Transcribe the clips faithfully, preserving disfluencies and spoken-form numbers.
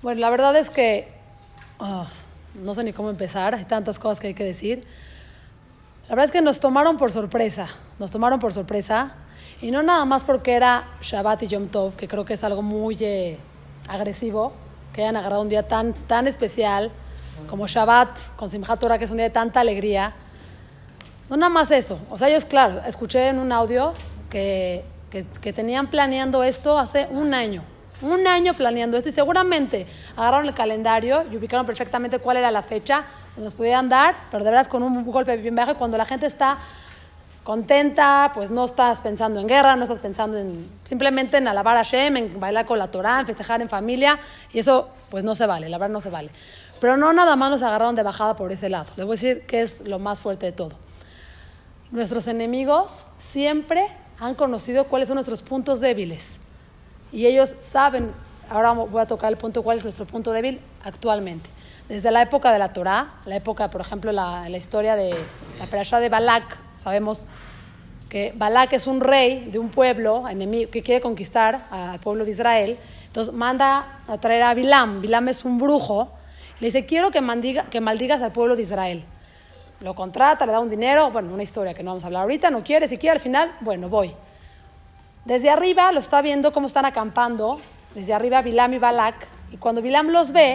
Bueno, la verdad es que oh, no sé ni cómo empezar, hay tantas cosas que hay que decir. La verdad es que nos tomaron por sorpresa, nos tomaron por sorpresa, y no nada más porque era Shabbat y Yom Tov, que creo que es algo muy eh, agresivo, que hayan agarrado un día tan, tan especial como Shabbat con Simchat Torah, que es un día de tanta alegría. No nada más eso, o sea, ellos, claro, escuché en un audio que, que, que tenían planeando esto hace un año. Un año planeando esto y seguramente agarraron el calendario y ubicaron perfectamente cuál era la fecha donde nos podían dar, pero de verdad con un golpe bien bajo. Cuando la gente está contenta, pues no estás pensando en guerra, no estás pensando en simplemente en alabar a Hashem, en bailar con la Torah, en festejar en familia, y eso pues no se vale, la verdad no se vale. Pero no nada más nos agarraron de bajada por ese lado. Les voy a decir que es lo más fuerte de todo. Nuestros enemigos siempre han conocido cuáles son nuestros puntos débiles. Y ellos saben, ahora voy a tocar el punto, cuál es nuestro punto débil actualmente. Desde la época de la Torá, la época, por ejemplo, la, la historia de la perashá de Balak, sabemos que Balak es un rey de un pueblo enemigo que quiere conquistar al pueblo de Israel. Entonces manda a traer a Bilam. Bilam es un brujo. Le dice, quiero que, maldiga, que maldigas al pueblo de Israel. Lo contrata, le da un dinero, bueno, una historia que no vamos a hablar ahorita, no quiere, si quiere, al final, bueno, voy. Desde arriba lo está viendo cómo están acampando, desde arriba Bilam y Balak, y cuando Bilam los ve,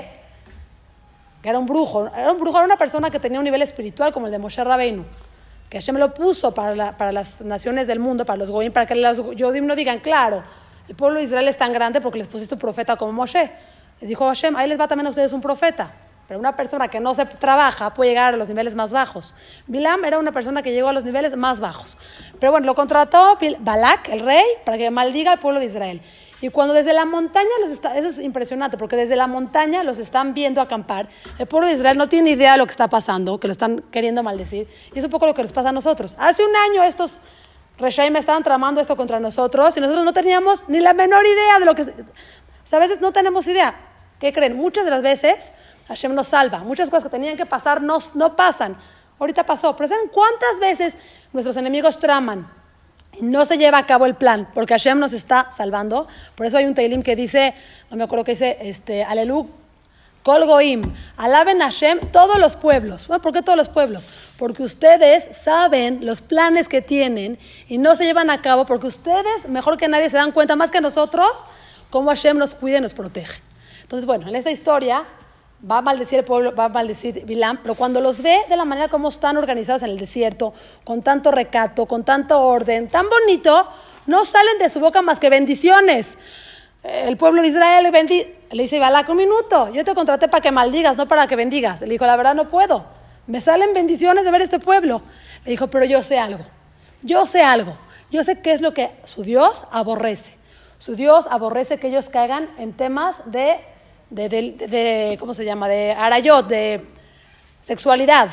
que era un brujo, era un brujo, era una persona que tenía un nivel espiritual como el de Moshe Rabbeinu, que Hashem lo puso para, la, para las naciones del mundo, para los goyim, para que los yodim no digan, claro, el pueblo de Israel es tan grande porque les pusiste un profeta como Moshe. Les dijo Hashem, ahí les va también a ustedes un profeta. Pero una persona que no se trabaja puede llegar a los niveles más bajos. Bilam era una persona que llegó a los niveles más bajos. Pero bueno, lo contrató Balak, el rey, para que maldiga al pueblo de Israel. Y cuando desde la montaña los está, eso es impresionante, porque desde la montaña los están viendo acampar, el pueblo de Israel no tiene idea de lo que está pasando, que lo están queriendo maldecir, y es un poco lo que nos pasa a nosotros. Hace un año estos Reshaim estaban tramando esto contra nosotros, y nosotros no teníamos ni la menor idea de lo que... O sea, a veces no tenemos idea. ¿Qué creen? Muchas de las veces Hashem nos salva. Muchas cosas que tenían que pasar no, no pasan. Ahorita pasó. Pero ¿saben cuántas veces nuestros enemigos traman y no se lleva a cabo el plan? Porque Hashem nos está salvando. Por eso hay un Teilim que dice, no me acuerdo qué dice, este, Alelu, Kol Goim, alaben a Hashem todos los pueblos. Bueno, ¿por qué todos los pueblos? Porque ustedes saben los planes que tienen y no se llevan a cabo porque ustedes, mejor que nadie, se dan cuenta, más que nosotros, cómo Hashem nos cuida y nos protege. Entonces, bueno, en esta historia va a maldecir el pueblo, va a maldecir Bilam, pero cuando los ve de la manera como están organizados en el desierto, con tanto recato, con tanto orden, tan bonito, no salen de su boca más que bendiciones. El pueblo de Israel bendi- le dice Balak, un minuto, yo te contraté para que maldigas, no para que bendigas. Le dijo, la verdad no puedo, me salen bendiciones de ver este pueblo. Le dijo, pero yo sé algo, yo sé algo, yo sé qué es lo que su Dios aborrece. Su Dios aborrece que ellos caigan en temas de De, de, de, de, ¿cómo se llama? De arayot, de sexualidad.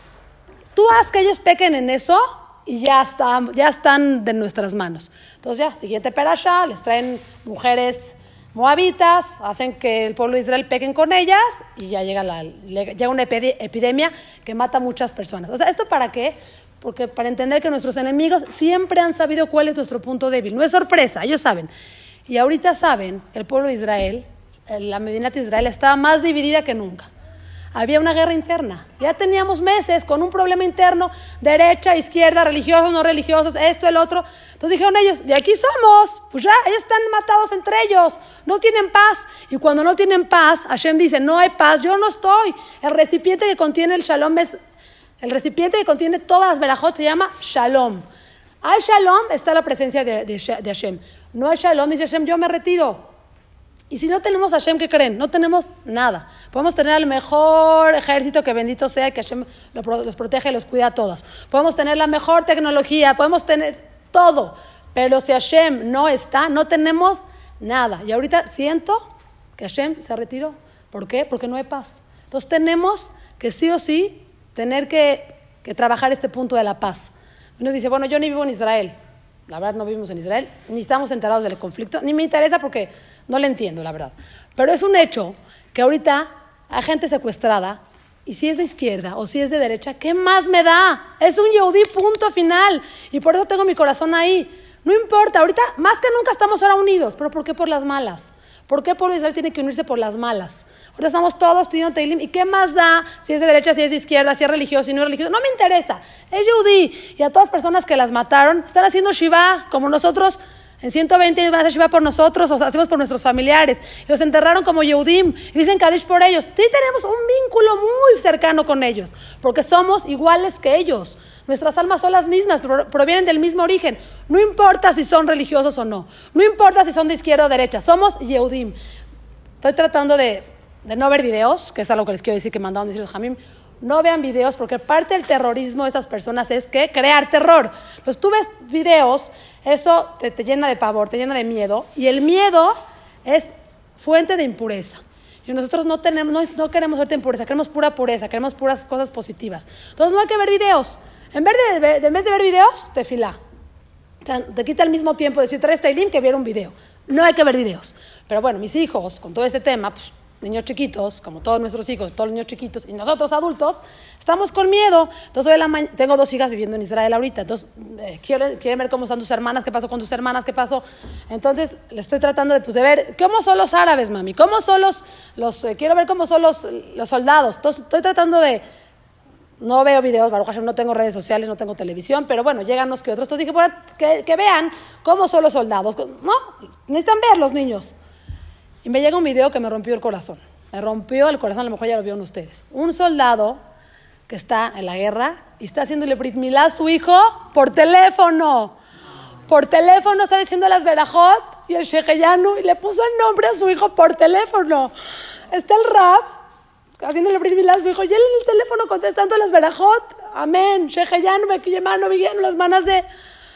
Tú haz que ellos pequen en eso y ya están, ya están de nuestras manos. Entonces ya, siguiente perasha, les traen mujeres moabitas, hacen que el pueblo de Israel pequen con ellas y ya llega, la, llega una epidemia que mata a muchas personas. O sea, ¿esto para qué? Porque para entender que nuestros enemigos siempre han sabido cuál es nuestro punto débil. No es sorpresa, ellos saben. Y ahorita saben que el pueblo de Israel, la Medina de Israel, estaba más dividida que nunca. Había una guerra interna. Ya teníamos meses con un problema interno, derecha, izquierda, religiosos, no religiosos, esto, el otro. Entonces dijeron ellos, de aquí somos, pues ya, ellos están matados entre ellos, no tienen paz. Y cuando no tienen paz, Hashem dice, no hay paz, yo no estoy. El recipiente que contiene el shalom es, el recipiente que contiene todas las verajot se llama shalom. Al shalom está la presencia de, de, de Hashem. No hay shalom, dice Hashem, yo me retiro. Y si no tenemos a Hashem, ¿qué creen? No tenemos nada. Podemos tener el mejor ejército, que bendito sea, que Hashem los protege y los cuida a todos. Podemos tener la mejor tecnología, podemos tener todo. Pero si Hashem no está, no tenemos nada. Y ahorita siento que Hashem se retiró. ¿Por qué? Porque no hay paz. Entonces tenemos que sí o sí tener que, que trabajar este punto de la paz. Uno dice, bueno, yo ni vivo en Israel. La verdad no vivimos en Israel, ni estamos enterados del conflicto, ni me interesa porque no le entiendo, la verdad. Pero es un hecho que ahorita hay gente secuestrada, y si es de izquierda o si es de derecha, ¿qué más me da? Es un Yehudí, punto final. Y por eso tengo mi corazón ahí. No importa, ahorita más que nunca estamos ahora unidos. ¿Pero por qué por las malas? ¿Por qué el pueblo de Israel tiene que unirse por las malas? Ahora estamos todos pidiendo Teilim. ¿Y qué más da si es de derecha, si es de izquierda, si es religioso, si no es religioso? No me interesa. Es Yehudí. Y a todas las personas que las mataron están haciendo Shiva, como nosotros. En ciento veinte años van a hacer Shiva por nosotros, o sea, hacemos por nuestros familiares. Y los enterraron como Yehudim. Y dicen Kadish por ellos. Sí tenemos un vínculo muy cercano con ellos. Porque somos iguales que ellos. Nuestras almas son las mismas, provienen del mismo origen. No importa si son religiosos o no. No importa si son de izquierda o derecha. Somos Yehudim. Estoy tratando de, de no ver videos, que es algo que les quiero decir que mandaron decir los Jamim. No vean videos porque parte del terrorismo de estas personas es que crear terror. Entonces tú ves videos, eso te, te llena de pavor, te llena de miedo. Y el miedo es fuente de impureza. Y nosotros no, tenemos, no, no queremos fuerte impureza, queremos pura pureza, queremos puras cosas positivas. Entonces no hay que ver videos. En vez de, de, de, en vez de ver videos, te fila. O sea, te quita el mismo tiempo decir tres Teilim que ver un video. No hay que ver videos. Pero bueno, mis hijos, con todo este tema, pues, niños chiquitos, como todos nuestros hijos, todos los niños chiquitos, y nosotros adultos, estamos con miedo. Entonces, hoy la ma- tengo dos hijas viviendo en Israel ahorita. Entonces, eh, quieren, quieren ver cómo están tus hermanas, qué pasó con tus hermanas, qué pasó. Entonces, les estoy tratando de, pues, de ver cómo son los árabes, mami, cómo son los, los eh, quiero ver cómo son los, los soldados. Entonces, estoy tratando de... No veo videos, Baruch Hashem, no tengo redes sociales, no tengo televisión, pero bueno, llegan los que otros. Entonces dije, bueno, que, que vean cómo son los soldados. No, necesitan ver los niños. Y me llega un video que me rompió el corazón. Me rompió el corazón, a lo mejor ya lo vieron ustedes. Un soldado que está en la guerra y está haciéndole Brit Milá a su hijo por teléfono. Por teléfono está diciendo las Berajot y el Sheheyanu y le puso el nombre a su hijo por teléfono. Está el Rab haciéndole Brit Milá a su hijo, y él en el teléfono contestando las Berajot, amén, Sheheyanu, Mekiyemanu, Vigenu, las manos de...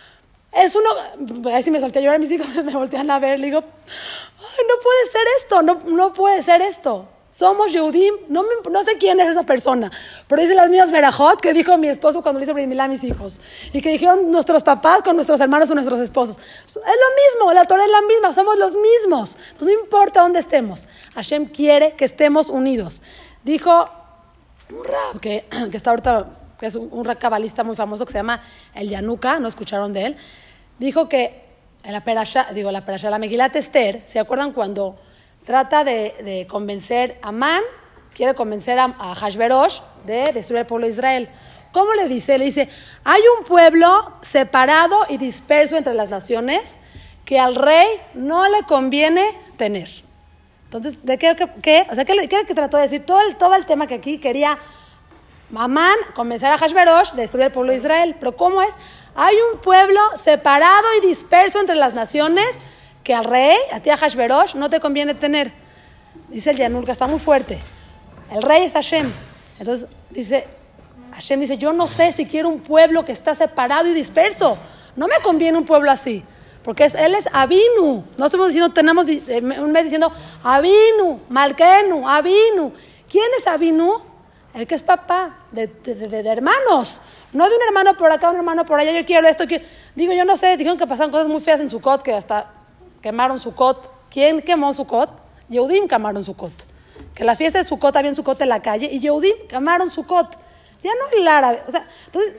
Es uno... Ahí sí me solté a llorar, mis hijos me voltean a ver, le digo, ay, no puede ser esto, no, no puede ser esto. Somos Yehudim, no, me, no sé quién es esa persona, pero dice las mías Berajot que dijo mi esposo cuando le hizo Brit Milá a mis hijos, y que dijeron nuestros papás con nuestros hermanos o nuestros esposos. Es lo mismo, la Torah es la misma, somos los mismos. No importa dónde estemos, Hashem quiere que estemos unidos. Dijo un rab que, que está ahorita, que es un, un rab cabalista muy famoso que se llama el Yanuka, ¿no escucharon de él? Dijo que en la Perashá, digo la Perashá, la Megilat Esther, ¿se acuerdan cuando trata de, de convencer a Amán, quiere convencer a, a Hashverosh de destruir el pueblo de Israel? ¿Cómo le dice? Le dice, hay un pueblo separado y disperso entre las naciones que al rey no le conviene tener. Entonces, ¿de qué? qué? O sea, ¿qué, qué, qué trató de decir? Todo el, todo el tema que aquí quería Amán convencer a Hashverosh de destruir el pueblo de Israel. Pero ¿cómo es? Hay un pueblo separado y disperso entre las naciones que al rey, a ti a Hashverosh, no te conviene tener. Dice el Yanul, que está muy fuerte. El rey es Hashem. Entonces, dice, Hashem dice, yo no sé si quiero un pueblo que está separado y disperso. No me conviene un pueblo así. Porque es, él es Avinu. No estamos diciendo, tenemos un mes diciendo Avinu, Malkenu, Avinu. ¿Quién es Avinu? El que es papá de, de, de, de hermanos. No de un hermano por acá, un hermano por allá. Yo quiero esto. Quiero... Digo, yo no sé. Dijeron que pasaron cosas muy feas en Sukkot, que hasta quemaron Sukkot. ¿Quién quemó Sukkot? Yehudim quemaron Sukkot. Que la fiesta de Sukkot había en Sukkot en la calle y Yehudim quemaron Sukkot. Ya no el árabe. O sea, entonces...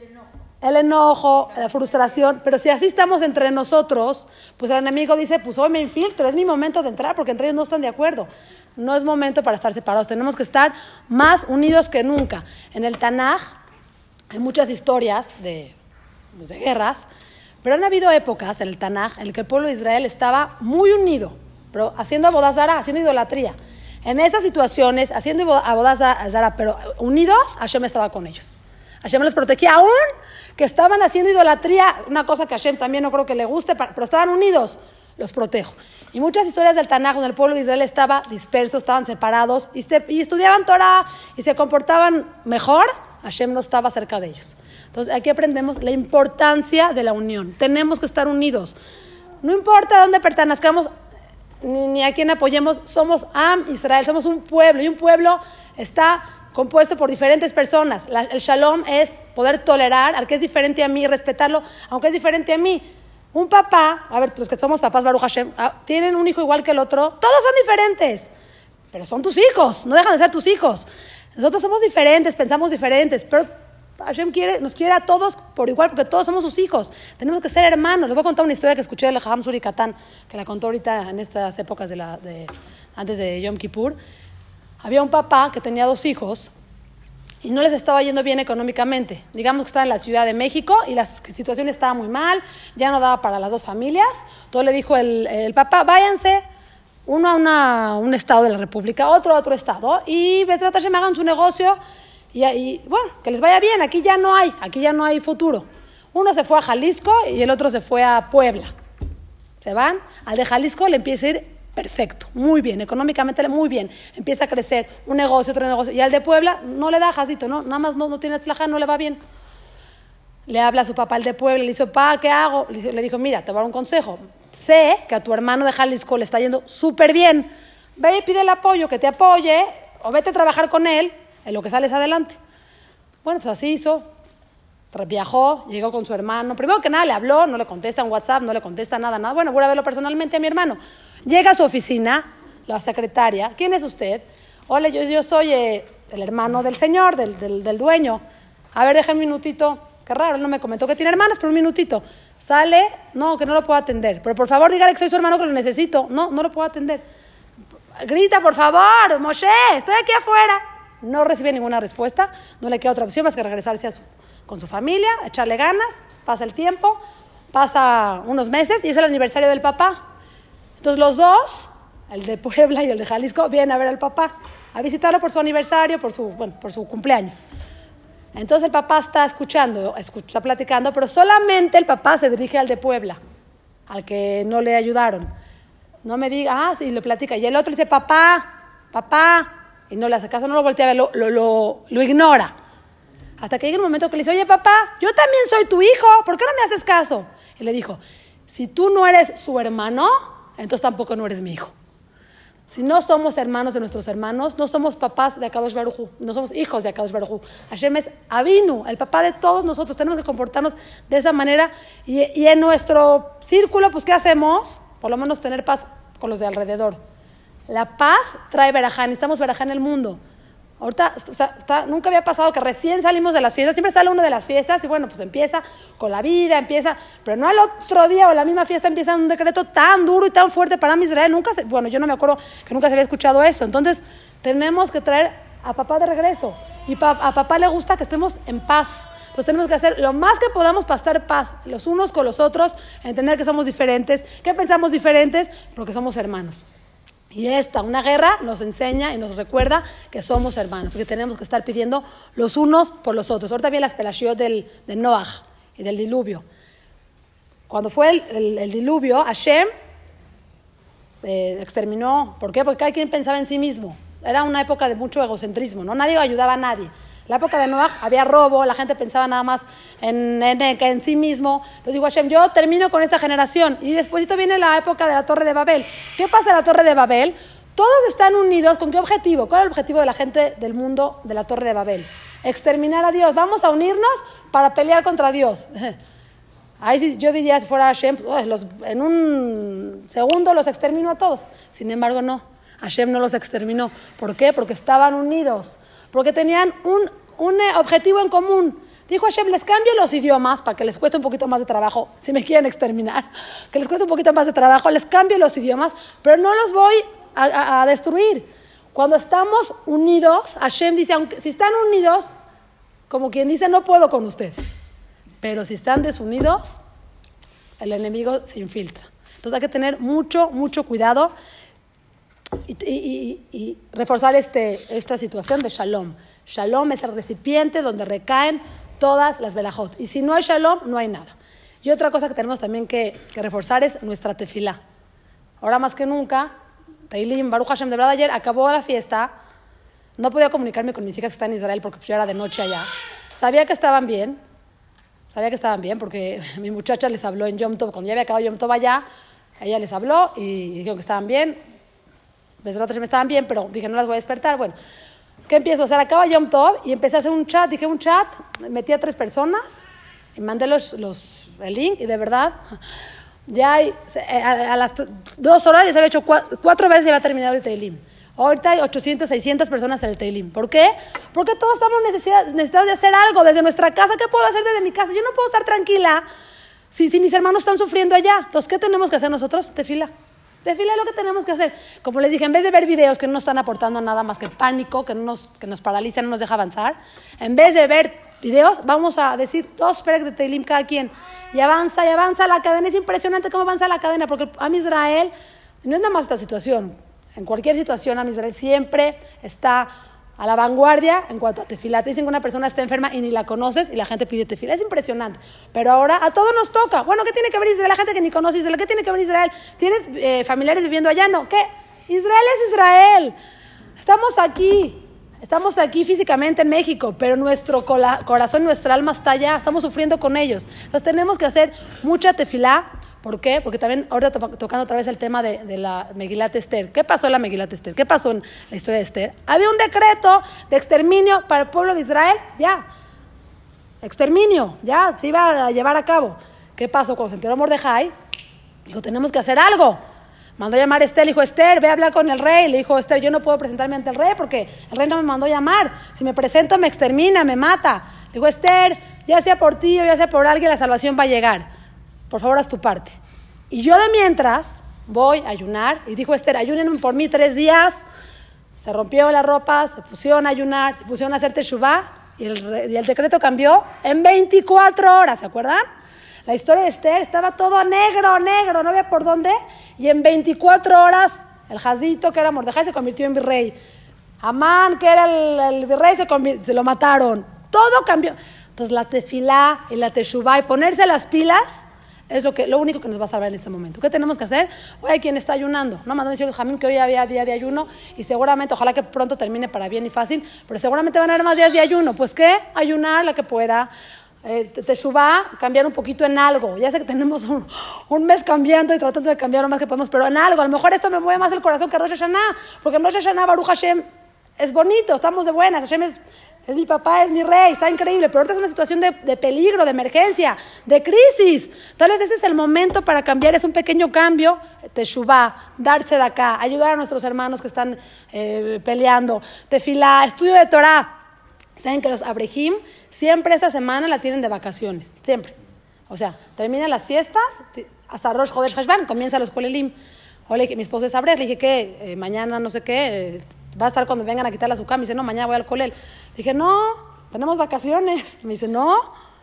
el enojo, la frustración, pero si así estamos entre nosotros, pues el enemigo dice, pues hoy me infiltro, es mi momento de entrar, porque entre ellos no están de acuerdo. No es momento para estar separados, tenemos que estar más unidos que nunca. En el Tanaj hay muchas historias de, pues, de guerras, pero han habido épocas en el Tanaj en el que el pueblo de Israel estaba muy unido, pero haciendo avodah zará, haciendo idolatría. En esas situaciones, haciendo avodah zará, pero unidos, Hashem estaba con ellos. Hashem los protegía aún que estaban haciendo idolatría, una cosa que a Hashem también no creo que le guste, pero estaban unidos, los protejo. Y muchas historias del Tanaj, donde el pueblo de Israel estaba disperso, estaban separados, y, se, y estudiaban Torah, y se comportaban mejor, Hashem no estaba cerca de ellos. Entonces aquí aprendemos la importancia de la unión. Tenemos que estar unidos. No importa dónde pertenezcamos, ni, ni a quién apoyemos, somos Am Israel, somos un pueblo, y un pueblo está compuesto por diferentes personas. La, el shalom es poder tolerar al que es diferente a mí, respetarlo, aunque es diferente a mí. Un papá, a ver, pues que somos papás, Baruch Hashem, tienen un hijo igual que el otro, todos son diferentes, pero son tus hijos, no dejan de ser tus hijos. Nosotros somos diferentes, pensamos diferentes, pero Hashem quiere, nos quiere a todos por igual, porque todos somos sus hijos. Tenemos que ser hermanos. Les voy a contar una historia que escuché del Jajam Suri Katán, que la contó ahorita en estas épocas de la, de, antes de Yom Kippur. Había un papá que tenía dos hijos y no les estaba yendo bien económicamente. Digamos que estaba en la Ciudad de México y la situación estaba muy mal, ya no daba para las dos familias. Entonces le dijo el, el papá, váyanse, uno a una, un estado de la República, otro a otro estado, y Bezrat Hashem hagan su negocio y, y bueno, que les vaya bien, aquí ya no hay, aquí ya no hay futuro. Uno se fue a Jalisco y el otro se fue a Puebla. Se van, al de Jalisco le empieza a ir perfecto, muy bien, económicamente muy bien, empieza a crecer, un negocio, otro negocio, y al de Puebla no le da jazito, ¿no? Nada más no, no tiene tzlaja, no le va bien. Le habla a su papá, al de Puebla, le dice, papá, ¿qué hago? Le, le dijo, mira, te voy a dar un consejo, sé que a tu hermano de Jalisco le está yendo súper bien, ve y pide el apoyo, que te apoye, o vete a trabajar con él, en lo que sales adelante. Bueno, pues así hizo. Viajó, llegó con su hermano. Primero que nada le habló, no le contesta en WhatsApp, no le contesta nada, nada. Bueno, voy a verlo personalmente a mi hermano. Llega a su oficina, la secretaria. ¿Quién es usted? Hola, yo, yo soy eh, el hermano del señor, del, del, del dueño. A ver, deja un minutito. Qué raro, él no me comentó que tiene hermanas, pero un minutito. Sale, no, que no lo puedo atender. Pero por favor, dígale que soy su hermano, que lo necesito. No, no lo puedo atender. Grita, por favor, Moshe, estoy aquí afuera. No recibe ninguna respuesta. No le queda otra opción más que regresarse a su... con su familia, echarle ganas, pasa el tiempo, pasa unos meses y es el aniversario del papá. Entonces los dos, el de Puebla y el de Jalisco, vienen a ver al papá, a visitarlo por su aniversario, por su, bueno, por su cumpleaños. Entonces el papá está escuchando, está platicando, pero solamente el papá se dirige al de Puebla, al que no le ayudaron. No me diga, ah, sí, lo platica. Y el otro dice, papá, papá, y no le hace caso, no lo voltea a ver, lo, lo, lo, lo ignora. Hasta que llega un momento que le dice, oye papá, yo también soy tu hijo, ¿por qué no me haces caso? Y le dijo, si tú no eres su hermano, entonces tampoco no eres mi hijo. Si no somos hermanos de nuestros hermanos, no somos papás de Akadosh Baruj Hu, no somos hijos de Akadosh Baruj Hu. Hashem es Avinu, el papá de todos nosotros. Tenemos que comportarnos de esa manera. Y, y en nuestro círculo, pues, ¿qué hacemos? Por lo menos tener paz con los de alrededor. La paz trae verajá, necesitamos verajá en el mundo. Ahorita, o sea, está, nunca había pasado que recién salimos de las fiestas, siempre está el uno de las fiestas y bueno, pues empieza con la vida, empieza, pero no al otro día o la misma fiesta empieza un decreto tan duro y tan fuerte para Israel. Nunca se, bueno, yo no me acuerdo que nunca se había escuchado eso. Entonces, tenemos que traer a papá de regreso y pa, a papá le gusta que estemos en paz. Entonces tenemos que hacer lo más que podamos para estar en paz los unos con los otros, entender que somos diferentes, que pensamos diferentes, porque somos hermanos. Y esta, una guerra, nos enseña y nos recuerda que somos hermanos, que tenemos que estar pidiendo los unos por los otros. Ahorita viene la esperación del, de Noah y del diluvio. Cuando fue el, el, el diluvio, Hashem eh, exterminó. ¿Por qué? Porque cada quien pensaba en sí mismo. Era una época de mucho egocentrismo, ¿no? Nadie ayudaba a nadie. En la época de Noah había robo, la gente pensaba nada más en, en, en sí mismo. Entonces digo, Hashem, yo termino con esta generación. Y despuésito viene la época de la Torre de Babel. ¿Qué pasa en la Torre de Babel? Todos están unidos. ¿Con qué objetivo? ¿Cuál es el objetivo de la gente del mundo de la Torre de Babel? Exterminar a Dios. Vamos a unirnos para pelear contra Dios. Ahí sí, yo diría, si fuera Hashem, los, en un segundo los exterminó a todos. Sin embargo, no. Hashem no los exterminó. ¿Por qué? Porque estaban unidos. Porque tenían un, un objetivo en común. Dijo Hashem, les cambio los idiomas para que les cueste un poquito más de trabajo, si me quieren exterminar, que les cueste un poquito más de trabajo, les cambio los idiomas, pero no los voy a, a, a destruir. Cuando estamos unidos, Hashem dice, aunque si están unidos, como quien dice, no puedo con ustedes. Pero si están desunidos, el enemigo se infiltra. Entonces hay que tener mucho, mucho cuidado. Y, y, y, y reforzar este, esta situación de Shalom. Shalom es el recipiente donde recaen todas las belajot. Y si no hay Shalom, no hay nada. Y otra cosa que tenemos también que, que reforzar es nuestra tefilá. Ahora más que nunca, Teilim, Baruch Hashem, de verdad ayer acabó la fiesta. No podía comunicarme con mis hijas que están en Israel porque ya era de noche allá. Sabía que estaban bien. Sabía que estaban bien porque mi muchacha les habló en Yom Tov. Cuando ya había acabado Yom Tov allá, ella les habló y dijeron que estaban bien. Bezrat Hashem estaban bien, pero dije, no las voy a despertar. Bueno, ¿qué empiezo a hacer? Acaba Yom Tov y empecé a hacer un chat. Dije un chat, metí a tres personas y mandé los, los, el link y de verdad, ya hay, a, a las dos horas ya se había hecho cuatro, cuatro veces y había terminado el Teilim. Ahorita hay ochocientas, seiscientas personas en el Teilim. ¿Por qué? Porque todos estamos necesidad, necesitados de hacer algo desde nuestra casa. ¿Qué puedo hacer desde mi casa? Yo no puedo estar tranquila si, si mis hermanos están sufriendo allá. Entonces, ¿qué tenemos que hacer nosotros? Tefila. Tefila es lo que tenemos que hacer. Como les dije, en vez de ver videos que no nos están aportando nada más que pánico, que, no nos, que nos paraliza, no nos deja avanzar, en vez de ver videos, vamos a decir dos perek de Teilim cada quien. Y avanza, y avanza la cadena. Es impresionante cómo avanza la cadena, porque Am Israel, no es nada más esta situación. En cualquier situación, Am Israel siempre está a la vanguardia en cuanto a tefilá. Te dicen que una persona está enferma y ni la conoces y la gente pide tefilá. Es impresionante. Pero ahora a todos nos toca. Bueno, ¿qué tiene que ver Israel? La gente que ni conoce Israel. ¿Qué tiene que ver Israel? ¿Tienes eh, familiares viviendo allá? No. ¿Qué? Israel es Israel. Estamos aquí. Estamos aquí físicamente en México, pero nuestro corazón, nuestra alma está allá. Estamos sufriendo con ellos. Entonces tenemos que hacer mucha tefilá. ¿Por qué? Porque también ahorita to tocando otra vez el tema de, de la Megilat Esther. ¿Qué pasó en la Megilat Esther? ¿Qué pasó en la historia de Esther? Había un decreto de exterminio para el pueblo de Israel. Ya. Exterminio. Ya. Se iba a llevar a cabo. ¿Qué pasó? Cuando se enteró Mordejai, dijo, tenemos que hacer algo. Mandó a llamar a Esther. Le dijo, Esther, ve a hablar con el rey. Le dijo, Esther, yo no puedo presentarme ante el rey porque el rey no me mandó llamar. Si me presento, me extermina, me mata. Le dijo, Esther, ya sea por ti o ya sea por alguien, la salvación va a llegar. Por favor, haz tu parte. Y yo de mientras voy a ayunar. Y dijo Esther, ayúnen por mí tres días. Se rompió la ropa, se pusieron a ayunar, se pusieron a hacer teshuvá. Y el, y el decreto cambió en veinticuatro horas, ¿se acuerdan? La historia de Esther estaba todo negro, negro, no había por dónde. Y en veinticuatro horas, el jazdito, que era Mordejai, se convirtió en virrey. Amán, que era el, el virrey, se, se lo mataron. Todo cambió. Entonces la tefilá y la teshuvá y ponerse las pilas es lo, que, lo único que nos va a salvar en este momento. ¿Qué tenemos que hacer? Hoy hay quien está ayunando. No mandan decir el Jamín que hoy había día de ayuno y seguramente, ojalá que pronto termine para bien y fácil, pero seguramente van a haber más días de ayuno. Pues ¿qué? Ayunar la que pueda. Eh, teshuvá, cambiar un poquito en algo. Ya sé que tenemos un, un mes cambiando y tratando de cambiar lo más que podemos, pero en algo. A lo mejor esto me mueve más el corazón que Rosh Hashanah, porque en Rosh Hashanah Baruch Hashem es bonito, estamos de buenas. Hashem es... Es mi papá, es mi rey, está increíble, pero ahorita es una situación de, de peligro, de emergencia, de crisis. Entonces ese es el momento para cambiar, es un pequeño cambio. Teshuvá, darse de acá, ayudar a nuestros hermanos que están eh, peleando. Tefilá, estudio de Torah. Saben que los abrejim siempre esta semana la tienen de vacaciones, siempre. O sea, terminan las fiestas, hasta Rosh Chodesh Heshvan, comienza los kolelim. Ole, que mi esposo es abrej, le dije que eh, mañana no sé qué... Eh, va a estar cuando vengan a quitar la azúcar. Me dice, no, mañana voy al colel. Le dije, no, tenemos vacaciones. Me dice, no,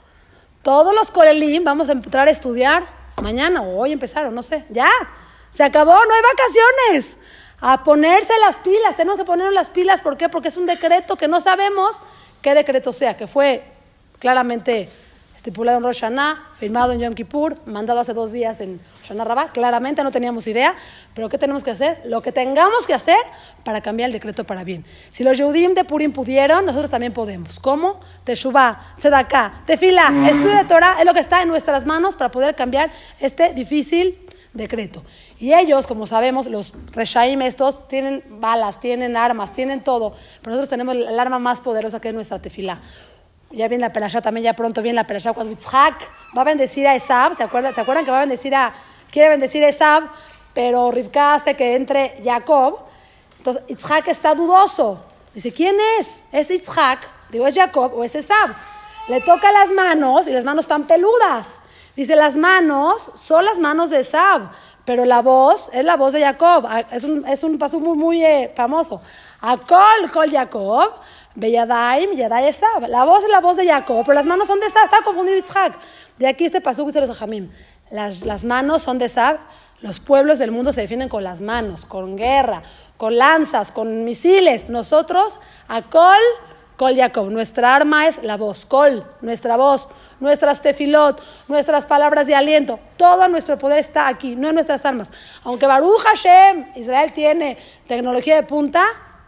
todos los colelim vamos a entrar a estudiar mañana o hoy empezaron, no sé. Ya, se acabó, no hay vacaciones. A ponerse las pilas, tenemos que ponernos las pilas. ¿Por qué? Porque es un decreto que no sabemos qué decreto sea, que fue claramente estipulado en Rosh Hashanah, firmado en Yom Kippur, mandado hace dos días en Shana Rabbah. Claramente no teníamos idea, pero ¿qué tenemos que hacer? Lo que tengamos que hacer para cambiar el decreto para bien. Si los Yehudim de Purim pudieron, nosotros también podemos. ¿Cómo? Teshuvá, Tzedakah, Tefilá, estudio de Torah, es lo que está en nuestras manos para poder cambiar este difícil decreto. Y ellos, como sabemos, los Reshaim estos, tienen balas, tienen armas, tienen todo, pero nosotros tenemos el arma más poderosa que es nuestra Tefilá. Ya viene la perashá, también ya pronto viene la perashá cuando Yitzhak va a bendecir a Esab. ¿Se acuerdan, ¿Se acuerdan que va a bendecir a, quiere bendecir a Esab, pero Rivka hace que entre Jacob? Entonces Yitzhak está dudoso. Dice, ¿quién es? ¿Es Yitzhak? Digo, ¿es Jacob o es Esab? Le toca las manos y las manos están peludas. Dice, las manos son las manos de Esab, pero la voz es la voz de Jacob. Es un, es un paso muy, muy eh, famoso. Akol, kol Jacob. Beyadaim, Yadai Esab. La voz es la voz de Jacob, pero las manos son de Esab. Está confundido Yitzhak. De aquí este pasuk dice los Ajamim. Las, las manos son de Esab. Los pueblos del mundo se defienden con las manos, con guerra, con lanzas, con misiles. Nosotros, a Kol, Kol Jacob. Nuestra arma es la voz, Kol, nuestra voz, nuestras tefilot, nuestras palabras de aliento. Todo nuestro poder está aquí, no en nuestras armas. Aunque Baruch Hashem, Israel tiene tecnología de punta,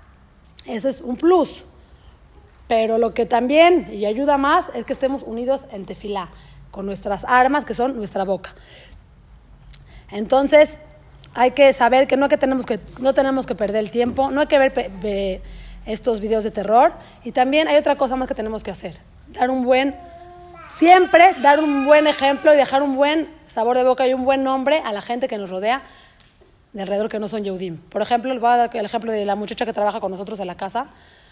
ese es un plus. Pero lo que también y ayuda más es que estemos unidos en tefilá, con nuestras armas que son nuestra boca. Entonces, hay que saber que no, que tenemos, que, no tenemos que perder el tiempo, no hay que ver pe, pe, estos videos de terror. Y también hay otra cosa más que tenemos que hacer, dar un buen, siempre dar un buen ejemplo y dejar un buen sabor de boca y un buen nombre a la gente que nos rodea. de alrededor que no son Yehudim. Por ejemplo, les voy a dar el ejemplo de la muchacha que trabaja con nosotros en la casa.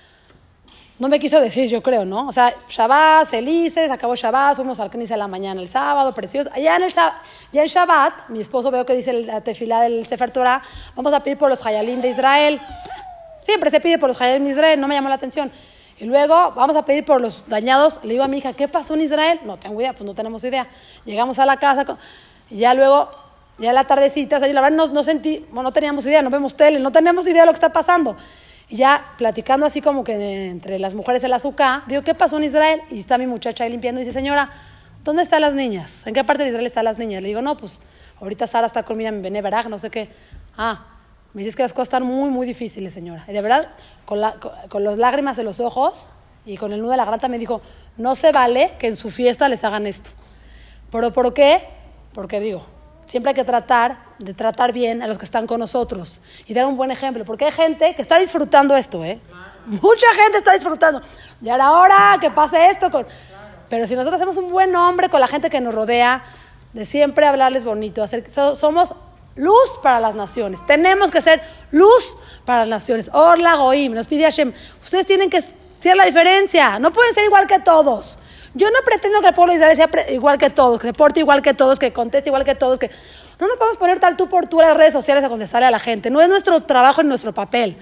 No me quiso decir, yo creo, ¿no? O sea, Shabbat, felices, acabó Shabbat, fuimos al Knis a la mañana el sábado, precioso. Ya en, el, ya en Shabbat, mi esposo veo que dice la tefilá del Sefer Torah, vamos a pedir por los Hayalim de Israel. Siempre se pide por los Hayalim de Israel, no me llamó la atención. Y luego vamos a pedir por los dañados. Le digo a mi hija, ¿qué pasó en Israel? No tengo idea, pues no tenemos idea. Llegamos a la casa y ya luego, ya la tardecita, o sea, yo la verdad no, no sentí, bueno, no teníamos idea, no vemos tele, no tenemos idea de lo que está pasando. Y ya platicando así como que de, entre las mujeres el azúcar, digo, ¿qué pasó en Israel? Y está mi muchacha ahí limpiando y dice, señora, ¿dónde están las niñas? ¿En qué parte de Israel están las niñas? Le digo, no, pues ahorita Sara está conmigo en Bene Beraj, no sé qué. Ah, me dices que las cosas están muy, muy difíciles, señora. Y de verdad, con, la, con, con las lágrimas en los ojos y con el nudo de la garganta me dijo, no se vale que en su fiesta les hagan esto. ¿Pero por qué? Porque digo, siempre hay que tratar de tratar bien a los que están con nosotros y dar un buen ejemplo, porque hay gente que está disfrutando esto, ¿eh? Claro. Mucha gente está disfrutando. Ya era hora que pase esto. Con... Claro. Pero si nosotros hacemos un buen nombre con la gente que nos rodea, de siempre hablarles bonito, hacer... so, somos luz para las naciones. Tenemos que ser luz para las naciones. Orla Goim, nos pide Hashem. Ustedes tienen que ser la diferencia. No pueden ser igual que todos. Yo no pretendo que el pueblo de Israel sea igual que todos, que se porte igual que todos, que conteste igual que todos, que no nos podemos poner tal tú por tú en las redes sociales a contestarle a la gente. No es nuestro trabajo ni nuestro papel.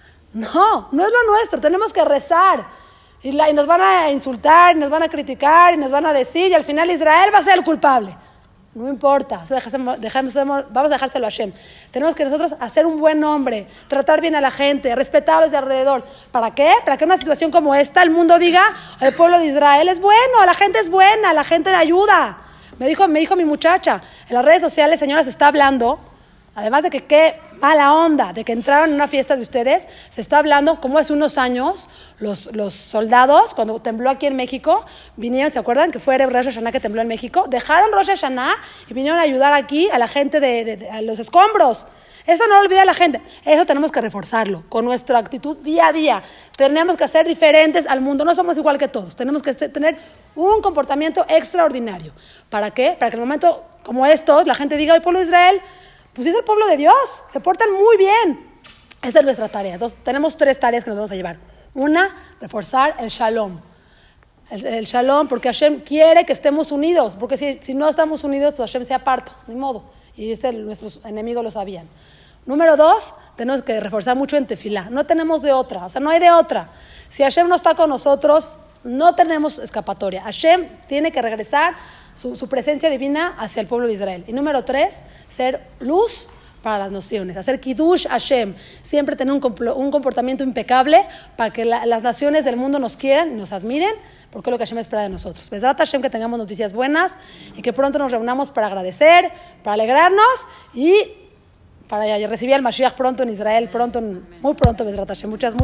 No, no es lo nuestro. Tenemos que rezar. Y, la, y nos van a insultar, y nos van a criticar, y nos van a decir, y al final Israel va a ser el culpable. No importa, eso dejemos, dejemos, vamos a dejárselo a Hashem. Tenemos que nosotros hacer un buen nombre, tratar bien a la gente, respetar a los de alrededor. ¿Para qué? Para que en una situación como esta el mundo diga, el pueblo de Israel es bueno, la gente es buena, la gente le ayuda. Me dijo, me dijo mi muchacha, en las redes sociales, señora, se está hablando, además de que qué mala onda, de que entraron en una fiesta de ustedes, se está hablando como hace unos años, los, los soldados, cuando tembló aquí en México, vinieron, ¿se acuerdan? Que fue Rosh Hashanah que tembló en México, dejaron Rosh Hashanah y vinieron a ayudar aquí a la gente de, de, de a los escombros. Eso no lo olvida la gente. Eso tenemos que reforzarlo con nuestra actitud día a día. Tenemos que ser diferentes al mundo. No somos igual que todos. Tenemos que tener un comportamiento extraordinario. ¿Para qué? Para que en un momento como estos la gente diga, el pueblo de Israel, pues es el pueblo de Dios. Se portan muy bien. Esa es nuestra tarea. Entonces, tenemos tres tareas que nos vamos a llevar. Una, reforzar el shalom. El, el shalom, porque Hashem quiere que estemos unidos. Porque si, si no estamos unidos, pues Hashem se aparta. Ni modo. Y este, nuestros enemigos lo sabían. Número dos, tenemos que reforzar mucho en tefilá. No tenemos de otra, o sea, no hay de otra. Si Hashem no está con nosotros, no tenemos escapatoria. Hashem tiene que regresar su, su presencia divina hacia el pueblo de Israel. Y número tres, ser luz para las naciones. Hacer kiddush Hashem. Siempre tener un, un comportamiento impecable para que la, las naciones del mundo nos quieran y nos admiren, porque es lo que Hashem espera de nosotros. Besrat Hashem, que tengamos noticias buenas y que pronto nos reunamos para agradecer, para alegrarnos y para recibir al Mashiach pronto en Israel, pronto, muy pronto, Besrat Hashem. Muchas, muchas